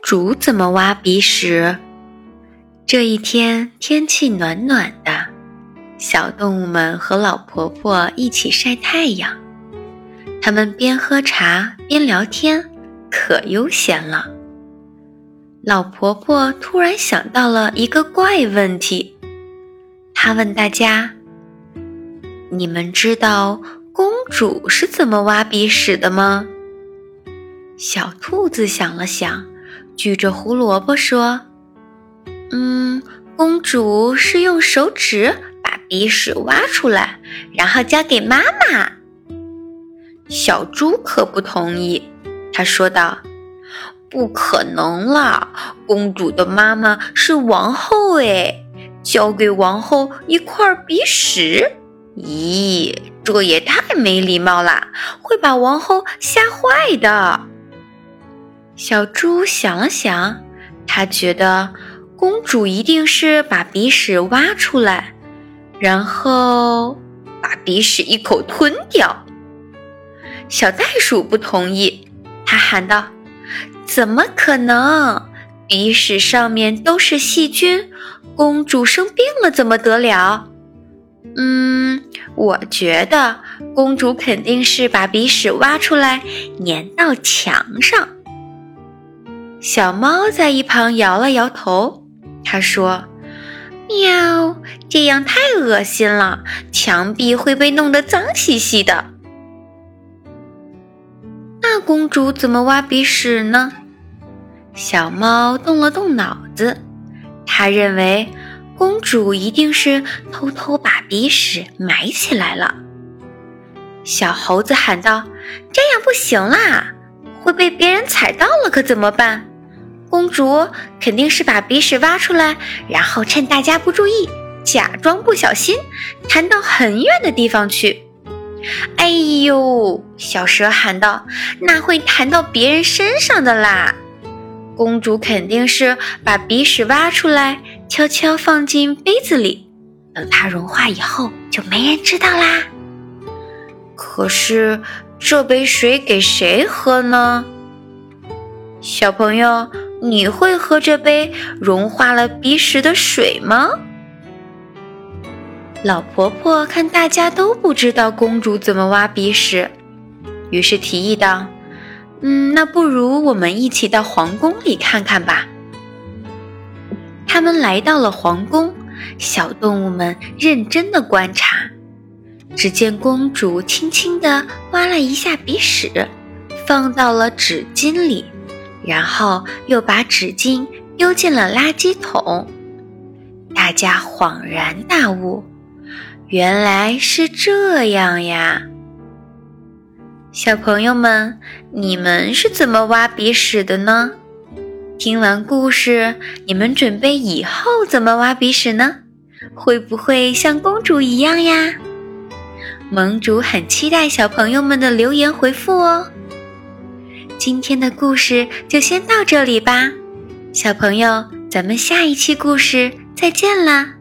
主怎么挖鼻屎？这一天天气暖暖的，小动物们和老婆婆一起晒太阳。他们边喝茶边聊天，可悠闲了。老婆婆突然想到了一个怪问题，她问大家：你们知道公主是怎么挖鼻屎的吗？小兔子想了想，举着胡萝卜说：公主是用手指把鼻屎挖出来，然后交给妈妈。小猪可不同意，他说道：不可能啦，公主的妈妈是王后诶，交给王后一块鼻屎？咦，这也太没礼貌啦，会把王后吓坏的。小猪想了想，他觉得公主一定是把鼻屎挖出来，然后把鼻屎一口吞掉。小袋鼠不同意，他喊道：怎么可能？鼻屎上面都是细菌，公主生病了怎么得了？我觉得公主肯定是把鼻屎挖出来粘到墙上。小猫在一旁摇了摇头，它说：喵，这样太恶心了，墙壁会被弄得脏兮兮的。那公主怎么挖鼻屎呢？小猫动了动脑子，它认为公主一定是偷偷把鼻屎埋起来了。小猴子喊道：这样不行啦，会被别人踩到了可怎么办？公主肯定是把鼻屎挖出来，然后趁大家不注意，假装不小心弹到很远的地方去。哎呦，小蛇喊道，那会弹到别人身上的啦。公主肯定是把鼻屎挖出来，悄悄放进杯子里，等它融化以后就没人知道啦。可是这杯水给谁喝呢？小朋友，你会喝这杯融化了鼻屎的水吗？老婆婆看大家都不知道公主怎么挖鼻屎，于是提议道：那不如我们一起到皇宫里看看吧。他们来到了皇宫，小动物们认真地观察，只见公主轻轻地挖了一下鼻屎，放到了纸巾里，然后又把纸巾丢进了垃圾桶。大家恍然大悟，原来是这样呀。小朋友们，你们是怎么挖鼻屎的呢？听完故事，你们准备以后怎么挖鼻屎呢？会不会像公主一样呀？盟主很期待小朋友们的留言回复哦。今天的故事就先到这里吧，小朋友，咱们下一期故事再见啦。